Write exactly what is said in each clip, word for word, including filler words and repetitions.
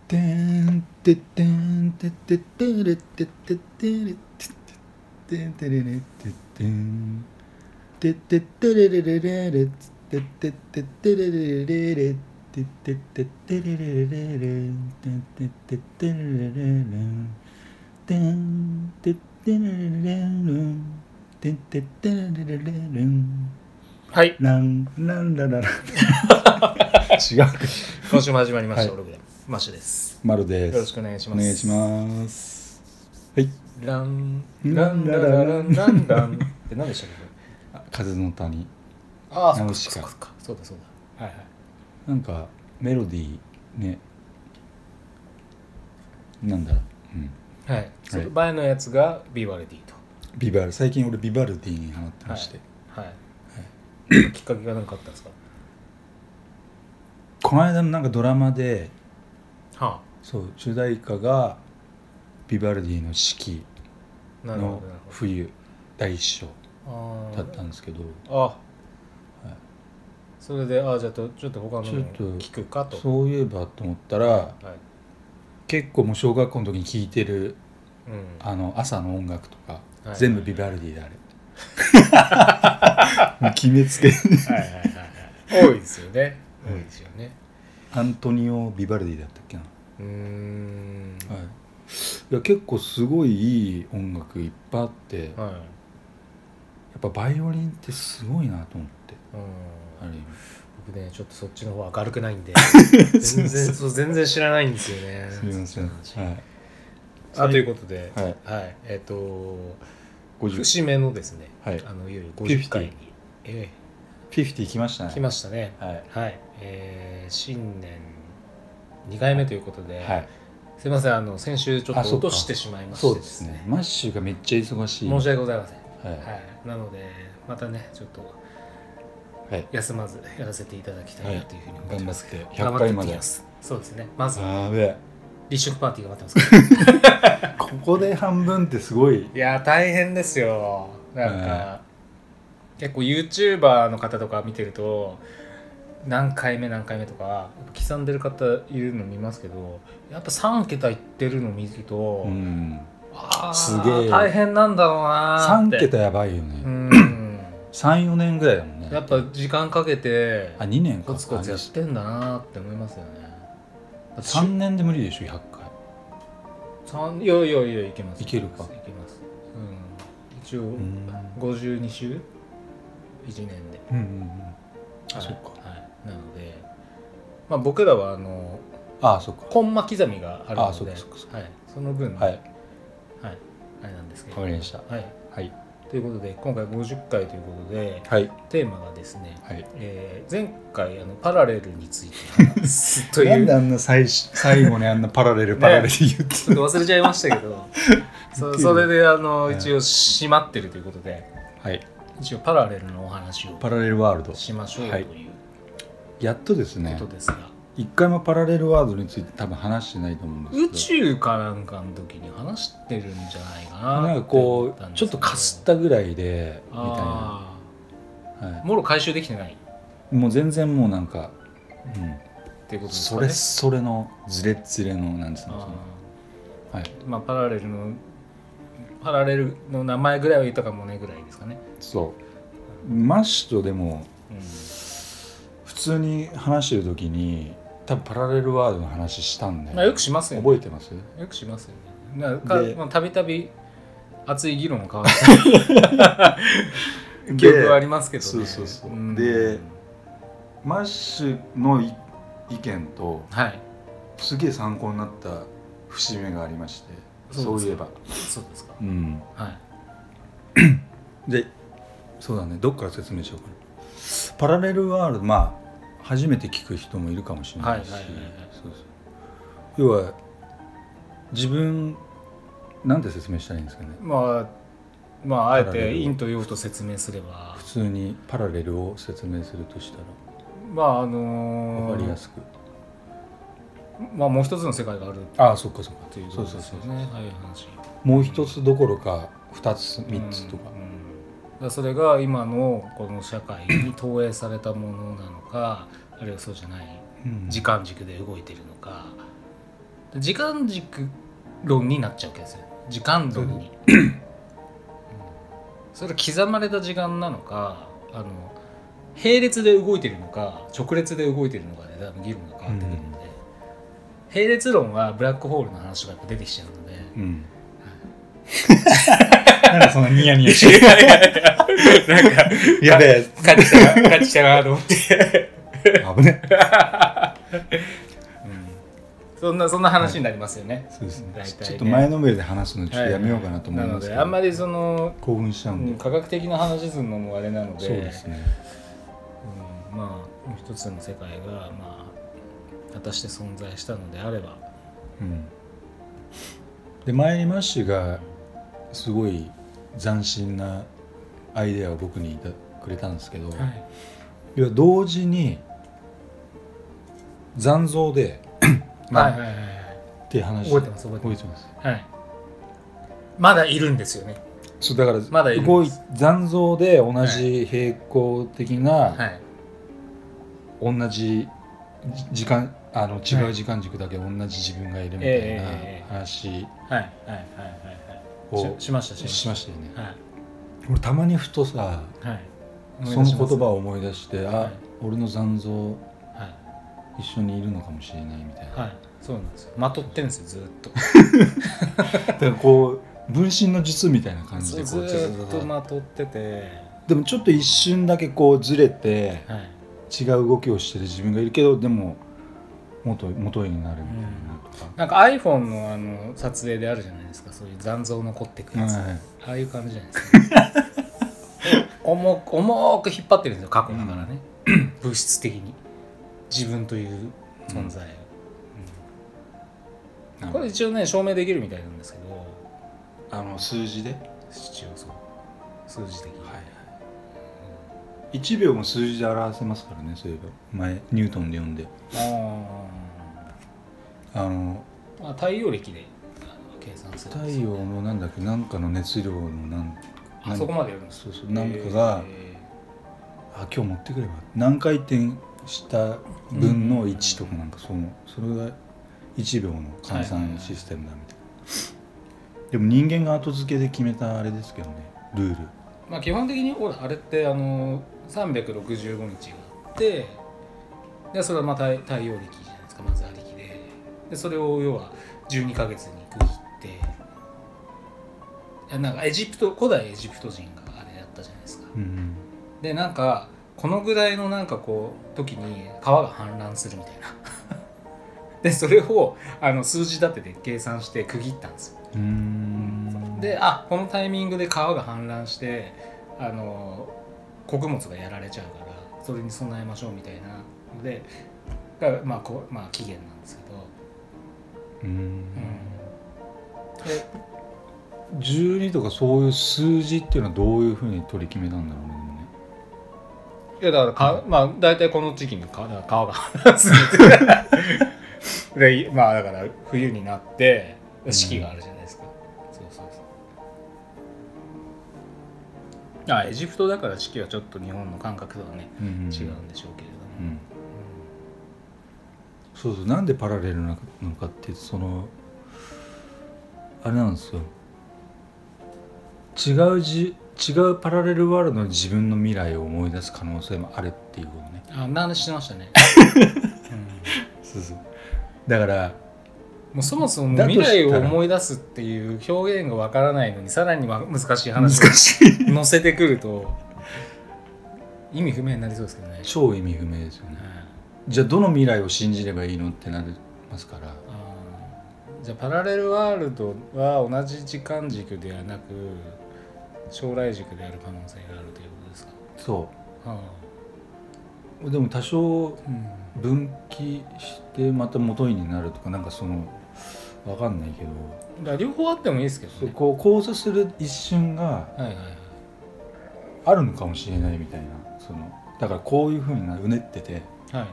てんてってんてってってれってってってれってってってれれってってんてってってれれれれれってってってってれれれれてってってってれれれれてってってってれれれれてんてってれれれれてってってれれれれはいランランラララ違うか今週も始まりました、 はい、 オログラムマッシュです。 マルです。 よろしくお願いします。 お願いします。はい。 ランランララランランランって何でしたっけ？ 風の谷。 ああ、そうかそうかそうだそうだ。はいはい。 なんかメロディーね。なんだろう。うん。 はい。その前のやつがビバルディと。 ビバル最近俺ビバルディにハマってまして。 はい。はいはい、きっかけが何かあったんですか？ この間のなんかドラマで。 はあ、 そう主題歌がビバルディの四季の冬第一章だったんですけど、 ああ、はい、それでああじゃあちょっと他の聞くかとそういえばと思ったら、はい、結構もう小学校の時に聴いてる、うん、あの朝の音楽とか、はい、全部ビバルディであれ決めつけはいはいはい、はい、多いですよね多いですよね。 アントニオ・ビバルディだったっけな。うーん、はい、いや結構すごいいい音楽いっぱいあって、はい、やっぱバイオリンってすごいなと思って。うん、あれ僕ねちょっとそっちの方明るくないんで全然そう全然知らないんですよね。 すみません。はい。 あということで、 はい、 はい、えっ、ー、と節目のですね、はい、あのいよいよごじゅっかいにえー、ごじゅう来ましたね。 来ましたね。はい、はい、えー、新年にかいめということで、はい、すいませんあの先週ちょっと落としてしまいましてですね。 マッシュがめっちゃ忙しい。 申し訳ございません。はいはい、なのでまたねちょっと休まずやらせていただきたいなというふうに思ってます。 はい、頑張ってひゃっかいまで。 そうですね。まずやべえ立食パーティーが待ってますからここで半分ってすごい。 いや大変ですよ。なんか結構 YouTuber の方とか見てると何回目何回目とか刻んでる方いるの見ますけど、やっぱさんけたいってるの見ると、うん、あすげえ大変なんだろうなって。 さんけたやばいよね。うん、さん、よねんぐらいだもんね。 やっぱ時間かけてあにねんかコツコツやってんだなって思いますよね。 さんねんで無理でしょひゃっかい。 さんいやいやいやいけます。 いけるか。いけます。うん、一応ごじゅうに週いちねんで。うんうんうん。あ、そっか。なので、まあ、僕らはあのああそうかコンマ刻みがあるので、ああそうかそうかそうか、はい、その分、ね、はい、はい、あれなんですけど。 わかりました。 はい、はい、ということで今回ごじゅっかいということで、はい、テーマがですね、はい、えー、前回あのパラレルについて話すというなんであんな 最, 最後にあんなパラレルパラレル言って、ね、 ちょっと忘れちゃいましたけどそ, それであの、はい、一応閉まってるということで、はい、一応パラレルのお話をパラレルワールドしましょうという、はい、 やっとですね。 ことですが、 一回もパラレルワールドについて多分話してないと思うんですけど、 宇宙かなんかの時に話してるんじゃないかな。 なんかこうちょっとかすったぐらいでみたいな、はい、 もろ回収できてない。 もう全然もうなんか、うん、 っていうことですかね。それそれのズレズレのなんですかね。 はい。まあパラレルのパラレルの名前ぐらいは言ったかもねぐらいですかね。 そう。マッシュとでも。うん、普通に話してる時に多分パラレルワールドの話したんで、 まあ、よくしますよね。 覚えてます？ よくしますよね。なんかたびたび熱い議論を交わした記憶はありますけどね。 そうそうそう、うん、でマッシュの意見と、はい、すげえ参考になった節目がありまして、そういえばそうですか、 うん、はい、でそうだね、どっから説明しようかな。パラレルワールド、まあ初めて聞く人もいるかもしれないし、要は自分なんて説明したらいいんですかね。 まあまああえて陰と陽と説明すれば、 普通にパラレルを説明するとしたら、 まああのー、 分かりやすく、 まあもう一つの世界がある。 ああそっかそっかということですよね。ああいう話。 もう一つどころか二つ三つとか。うんうんそれが今のこの社会に投影されたものなのか、あるいはそうじゃない時間軸で動いているのか、 時間軸論になっちゃうわけですよ。時間論に、うん、それは刻まれた時間なのか、あの並列で動いてるのか直列で動いてるのかで多分議論が変わってくるので、うん、並列論はブラックホールの話がやっぱ出てきちゃうので、うん、 なんかそのニヤニヤしてるなんかやべえ帰ってきたな帰ってきたなと思って危ね、 うん、そんなそんな話になりますよね、 はい、そうですね、 大体ね。 ちょっと前のめりで話すのちょっとやめようかなと思いますけど、 はいはい、なのであんまりその興奮しちゃうんで、 科学的な話するのもあれなので、 そうですね、 うん、まあ一つの世界がまあ果たして存在したのであれば、 うん、で前にマッシュがすごい斬新なアイデアを僕にくれたんですけど、はい、いや同時に残像でまあ、はいはいはいはい、っていう話覚えてます覚えてます、 覚えてます、 はい、まだいるんですよね。 そうだからまだいるんです。 残像で同じ平行的な、はい、同じ時間あの違う時間軸だけ同じ自分がいるみたいな話をしましたしましたよね、はい、俺たまにふとさ、はい、その言葉を思い出して、はい、あ、俺の残像、はい、一緒にいるのかもしれないみたいな、 はい、そうなんですよ。まとってるんですよずっとだからこう分身の術みたいな感じでこうずっとまとってて、 でもちょっと一瞬だけこうずれて、はい、違う動きをしてる自分がいるけどでも元元になるみたいなとか、 うん、なんか iPhone の, あの撮影であるじゃないですか、そういう残像残ってくやつ、はい、ああいう感じじゃないですか重く重く引っ張ってるんですよ過去だからね、うん、物質的に自分という存在を、うんうん、これ一応ね証明できるみたいなんですけど、 あの数字で一応そう数字的に、はい、 いちびょうも数字で表せますからね。そういえば前ニュートンで読んで、あのあ太陽暦で計算するんですよ、ね、 太陽のなんだっけなんかの熱量のなんあそこまでやるんです。 そうそうなんかが、あ今日持ってくれば何回転した分のいちとかなんかそのそれがいちびょうの換算システムだみたいな、はいはい、でも人間が後付けで決めたあれですけどねルール。 まあ基本的にほらあれってあのさんびゃくろくじゅうごにちがあってでそれはまた太陽暦じゃないですかまずありきででそれを要はじゅうにかげつに区切ってなんかエジプト古代エジプト人があれやったじゃないですか、うんうん、でなんかこのぐらいのなんかこう時に川が氾濫するみたいなでそれをあの数字立てて計算して区切ったんですよ。うーんであこのタイミングで川が氾濫してあの穀物がやられちゃうからそれに備えましょうみたいなのでが、まあこまあ、期限なんですけどうーん、うん、 でじゅうにとかそういう数字っていうのはどういうふうに取り決めたんだろうね。 いやだからか、まあ大体この時期に川が氾濫するでまあだから冬になって四季があるじゃないですか、うん、そうそうそうあエジプトだから四季はちょっと日本の感覚とはね、うんうん、違うんでしょうけれども、うんうん、 そうそうなんでパラレルなのかってそのあれなんですよ違うじ違うパラレルワールドの自分の未来を思い出す可能性もあるっていうことね。 あ、話してましたね、うん、 そうそうだからもうそもそも未来を思い出すっていう表現がわからないのにさらに難しい話を載せてくると意味不明になりそうですけどね。 超意味不明ですよね、うん、じゃあどの未来を信じればいいのってなりますから。あじゃあパラレルワールドは同じ時間軸ではなく将来軸である可能性があるということですか。 そう、はあ、でも多少分岐してまた元になるとかなんかその分かんないけどだから両方あってもいいですけどね。 こう交差する一瞬があるのかもしれないみたいなそのだからこういう風にうねってて、はい、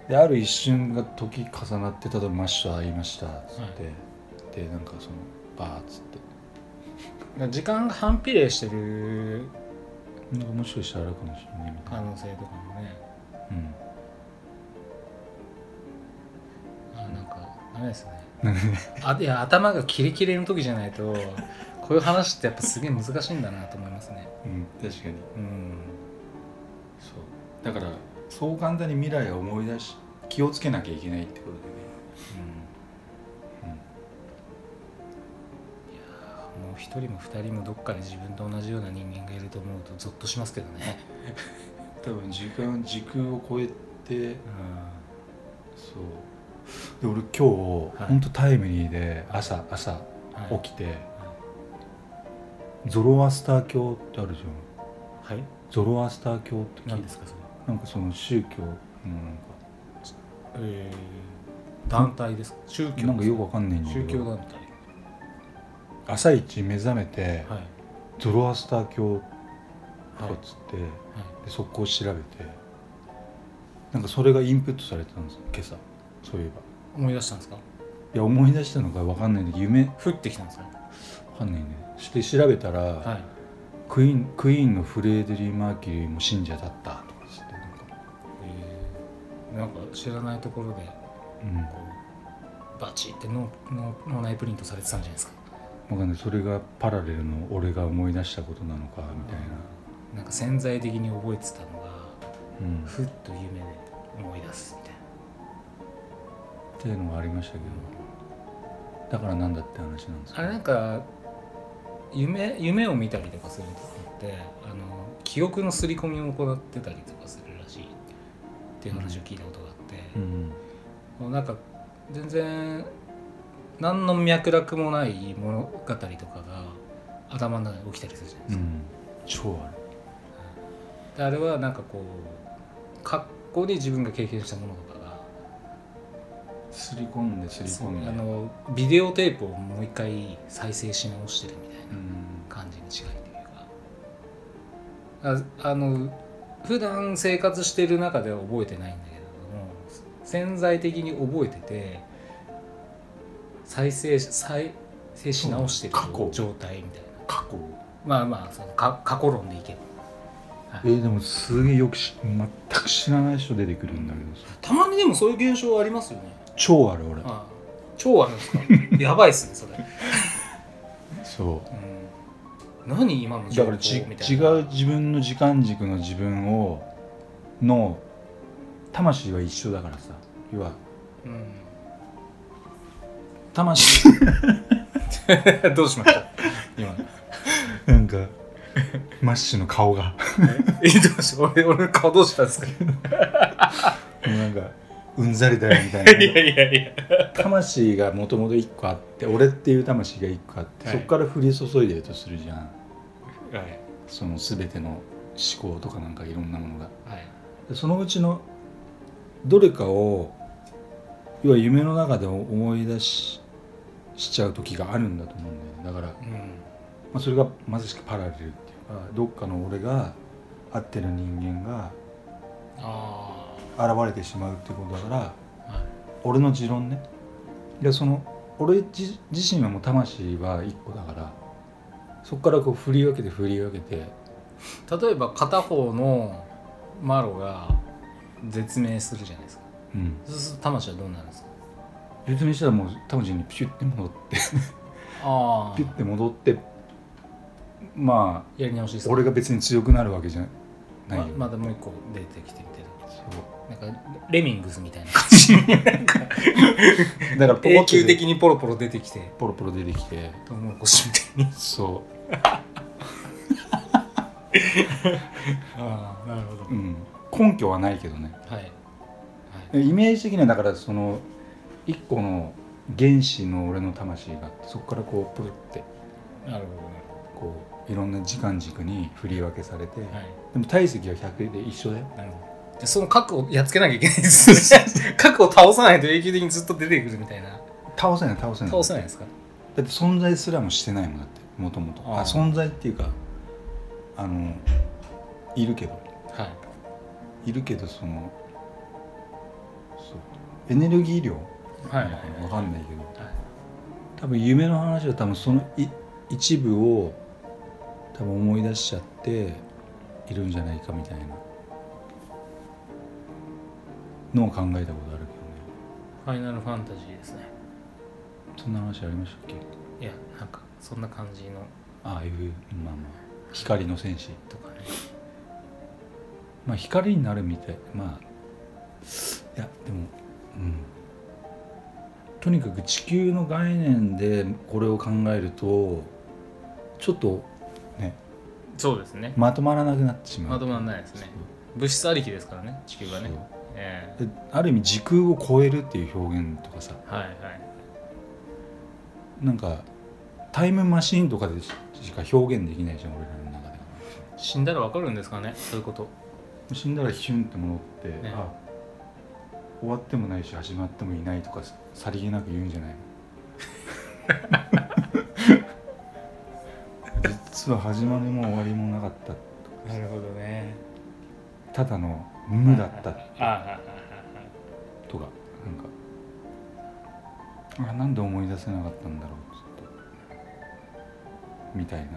である一瞬が時重なって例えばマッシュ会いましたっつって、はい、でなんかそのバーッつって時間が反比例してるなんかもしかしたらあるかもしれないみたいな可能性とかもね、うん、あなんかあれですねあいや頭がキレキレの時じゃないとこういう話ってやっぱすげえ難しいんだなと思いますね。 うん確かに。 うんそうだからそう簡単に未来を思い出し気をつけなきゃいけないってことでね、うんうん、いやもう一人も二人もどっかで自分と同じような人間がいると思うとゾッとしますけどね。 多分時間時空を超えて、うん、そうで俺今日、はい、ほんとタイムリーで朝朝起きて、はいはい、ゾロアスター教ってあるじゃん。はい。ゾロアスター教って何ですかそれ。 なんかその宗教のなんか、 えー、団体ですか。宗教なんかよくわかんないんだけど。 宗教団体。 朝一目覚めて、はい、ゾロアスター教とかっつって、はいはい、で速攻調べてなんかそれがインプットされてたんですよ今朝。そういえば思い出したんですか。 いや思い出したのかわかんないんだけど夢降ってきたんですか。 わかんないね。して調べたら、はい、クイーンクイーンのフレーデリー・マーキュリーも信者だったとかつってなんか、 えー、なんか知らないところで、うん、こうバチって脳脳内プリントされてたんじゃないですか。 わかんない。それがパラレルの俺が思い出したことなのかみたいな、 うん、なんか潜在的に覚えてたのが、うん、ふっと夢で思い出すみたいなっていうのがありましたけど、だからなんだって話なんですか。 あれなんか 夢, 夢を見たりとかするのってあの記憶の刷り込みを行ってたりとかするらしいっていう話を聞いたことがあって、うんうん、なんか全然何の脈絡もない物語とかが頭の中に起きたりするじゃないですか、うん、 超ある、 うん、であれはなんかこう過去に自分が経験したものとかがすり込んですり込んであのビデオテープをもう一回再生し直してるみたいな感じに近いというか、あ, あの普段生活してる中では覚えてないんだけれども潜在的に覚えてて再生再生し直してる状態みたいな。 過去まあまあその過去論でいけば、 はい、えー、でもすげえよくし全く知らない人出てくるんだけど、 たまにでもそういう現象ありますよね。 超ある俺。ああ超あるんですか。やばいっすねそれ。 そう、 うん、何今の情報みたいな。 だから違う自分の時間軸の自分をの魂は一緒だからさ。要は、うん、魂どうしました今。 なんかマッシュの顔がえどうし俺俺の顔どうしたんですか。 もうなんかうんざりだよみたいな。 いやいやいや魂がもともと一個あって俺っていう魂が一個あって、はい、そこから降り注いでるとするじゃん、はい、その全ての思考とかなんかいろんなものが、はい、でそのうちのどれかを要は夢の中で思い出ししちゃう時があるんだと思うんだよね。だから、うんまあ、それがまさしくパラレルっていうかどっかの俺が会ってる人間が現れてしまうっていうことだから、はい、俺の持論ね。でその俺自身はもう魂は一個だからそこからこう振り分けて振り分けて例えば片方のマロが絶命するじゃないですか、うん、そうすると魂はどうなるんですか。 絶命したらもう魂にピュッて戻ってあピュッて戻ってまあやり直しですか。 俺が別に強くなるわけじゃないよ、 ま, まだもう一個出てきてみたいな。そうなんかレミングスみたいな感じなんかだから永久的にポロポロ出てきてポロポロ出てきてトウモロコシみたいにそうああなるほど、 うん、根拠はないけどね、はいはい、イメージ的にはだからその一個の原子の俺の魂があってそこからこうプルってなるほど、 ね、こういろんな時間軸に振り分けされて、はい、でも体積はひゃくで一緒だよ。 なるほど。でその核をやっつけなきゃいけないですね。核を倒さないと永久的にずっと出てくるみたいな。 倒せない倒せない倒せないですか。 だって存在すらもしてないもんだってもともと。あ存在っていうかあのいるけど、はい、いるけどそのそうエネルギー量なのかな分かんないけど、はい、多分夢の話は多分そのい一部を多分思い出しちゃっているんじゃないかみたいなのを考えたことあるけどね。 ファイナルファンタジーですね。 そんな話ありましたっけ？ いやなんかそんな感じのああいうまあまあ光の戦士とかね。 まあ光になるみたいまあいやでもうんとにかく地球の概念でこれを考えるとちょっとねそうですね、 まとまらなくなってしまう。 まとまらないですね。物質ありきですからね地球がね。えである意味時空を超えるっていう表現とかさ、 ー、はいはい。 なんかタイムマシーンとかでしか表現できないじゃん俺らの中では。 死んだらわかるんですかねそういうこと。 死んだらヒュンって戻って、 ね、 あ終わってもないし始まってもいないとかさりげなく言うんじゃないの実は始まりも終わりもなかったとか。 なるほどね。 ただの無だったあとかなんかあなんで思い出せなかったんだろうずっとみたい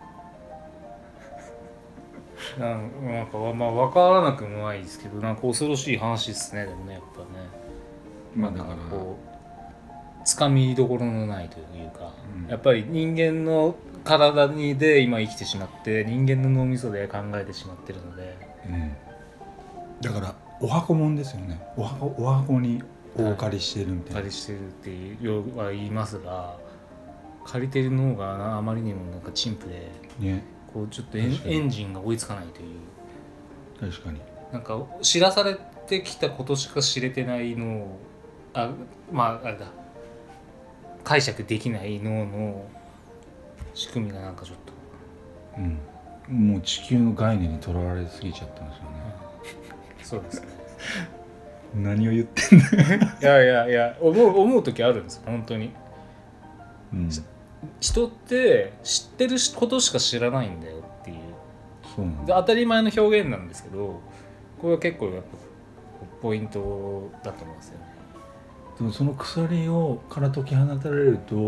な。 なんなんかまあ分からなくもないですけどなんか恐ろしい話ですねでもねやっぱね。 まあだからこうつかみどころのないというか、 うん、 やっぱり人間の体にで今生きてしまって人間の脳みそで考えてしまってるので、 うん、だからお箱もんですよね。お箱、お箱にお借りしてるみたいな、 借りしてるっていうは言いますが借りてる脳があまりにもなんか陳腐で、 ね、 こうちょっとエン、エンジンが追いつかないという。 確かになんか知らされてきたことしか知れてないのをあまああれだ解釈できない脳の仕組みがなんかちょっと、 うん、もう地球の概念にとらわれすぎちゃったんですよね、 うん、そうですね何を言ってんだいやいやいや思う思う時あるんですよ本当に、 うん、 人って知ってることしか知らないんだよっていう。 そうなんで当たり前の表現なんですけどこれは結構やっぱポイントだと思いますよね。 でもその鎖をから解き放たれると、うん、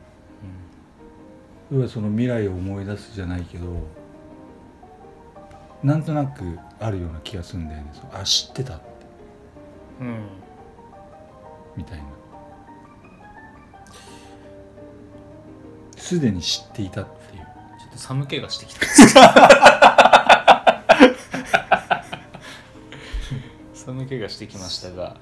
要はその未来を思い出すじゃないけどなんとなくあるような気がするんだよね。あ知ってたって、 うん、 みたいなすでに知っていたっていう。 ちょっと寒気がしてきた寒気がしてきましたが、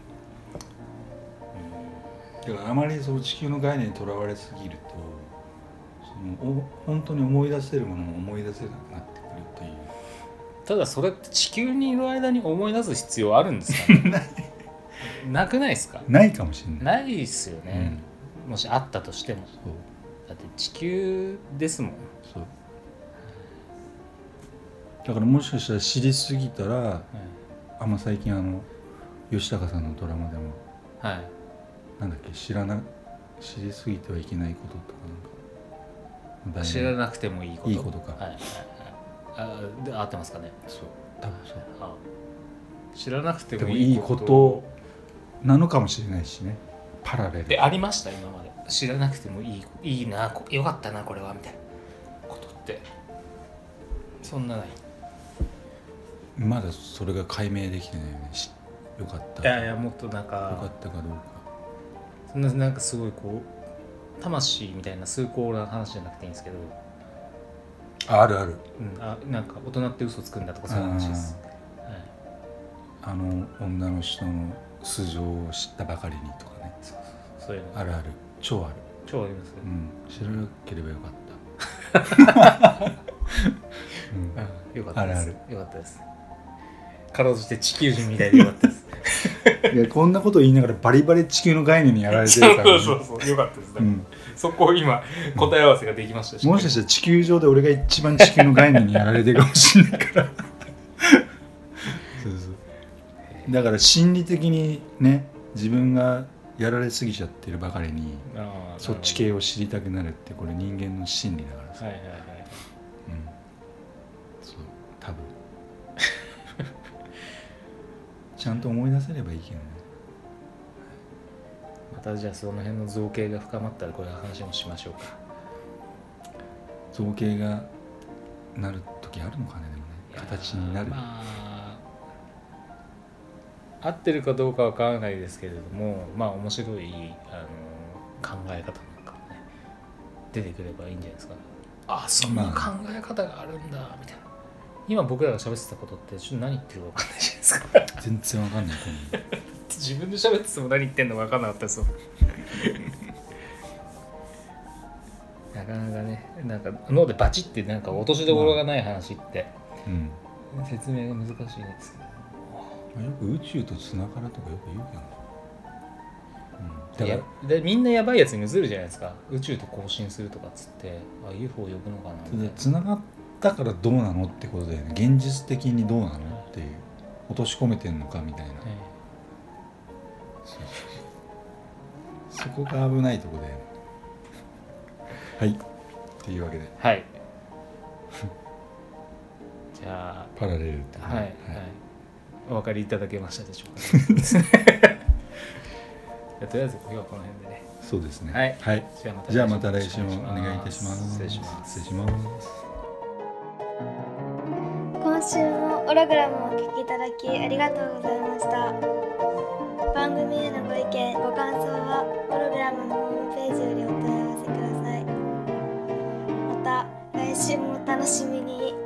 うん、だからあまりその地球の概念にとらわれすぎるとそのお本当に思い出せるものも思い出せなくなってくるという。 ただそれって地球にいる間に思い出す必要あるんですかねなくないですか。 ないかもしれない。 ないですよね、うん、もしあったとしても。そうだって地球ですもん。 そうだからもしかしたら知りすぎたら、はい、あんま最近あの吉高さんのドラマでも、はい、なんだっけ知らな知りすぎてはいけないこととかなんか知らなくてもいいこといいことか、 はいはいはい、あで合ってますかね。 そう多分そう。 あ知らなくてもいいことなのかもしれないしね。パラレルでありました今まで。知らなくてもいいいいなよかったなこれはみたいなことってそんなない。 まだそれが解明できてないよね。よかった。 いやいやもっとなんかよかったかどうか。 そんななんかすごいこう魂みたいな崇高な話じゃなくていいんですけど。 あ, あるある。 うん、あなんか大人って嘘つくんだとかそういう話です。 あ,、はい、あの女の人の素性を知ったばかりにとかね。 そうそうそういうのあるある超ある。 超ありますね。 うん、知らなければよかった。 うん、あよかったです。 あるある。 よかったです。かろうじて地球人みたいでよかったです。 いやこんなこと言いながらバリバリ地球の概念にやられてるから、ね、 そうそうそうよかったですね、うん、そこ今答え合わせができましたし、 もしかしたら地球上で俺が一番地球の概念にやられてるかもしれないからそうそうだから心理的にね自分がやられすぎちゃってるばかりにそっち系を知りたくなるってこれ人間の心理だからさ、はいはいはい、うん、そう多分ちゃんと思い出せればいいけどね。 またじゃあその辺の造形が深まったらこれ話もしましょうか。 造形がなる時あるのかね。でもね形になる、 まあ、合ってるかどうかわからないですけれどもまあ面白いあの考え方なんかもね出てくればいいんじゃないですか。あ、そんな考え方があるんだみたいな。今僕らが喋ってたことってちょっと何言ってるか分かんないじゃないですか。 全然わかんないと思う自分で喋ってても何言ってんのか分かんなかったですよ。なかなかね、なんか脳でバチってなんか落としどころがない話って、まあ、うん、説明が難しいんですけど、よく宇宙とつながるとかよく言うけど、 うん、だからでみんなやばいやつに移るじゃないですか。宇宙と交信するとかっつってあ ユーフォー 呼ぶのかなみたいな。 つながったからどうなのってことだよね。現実的にどうなのっていう、落とし込めてんのかみたいな、ええ、そうそうそう、そこが危ないとこだよね。はいっていうわけで、 はいじゃあパラレルって、 はい、はいはい、お分かりいただけましたでしょうか。とりあえず今日はこの辺でね。 そうですね。 はい。 はい、じゃあまた来週もお願いいたします。 失礼します。 失礼します。 今週もオログラムをお聞きいただきありがとうございました。番組へのご意見ご感想はオログラムのホームページよりお問い合わせください。また来週もお楽しみに。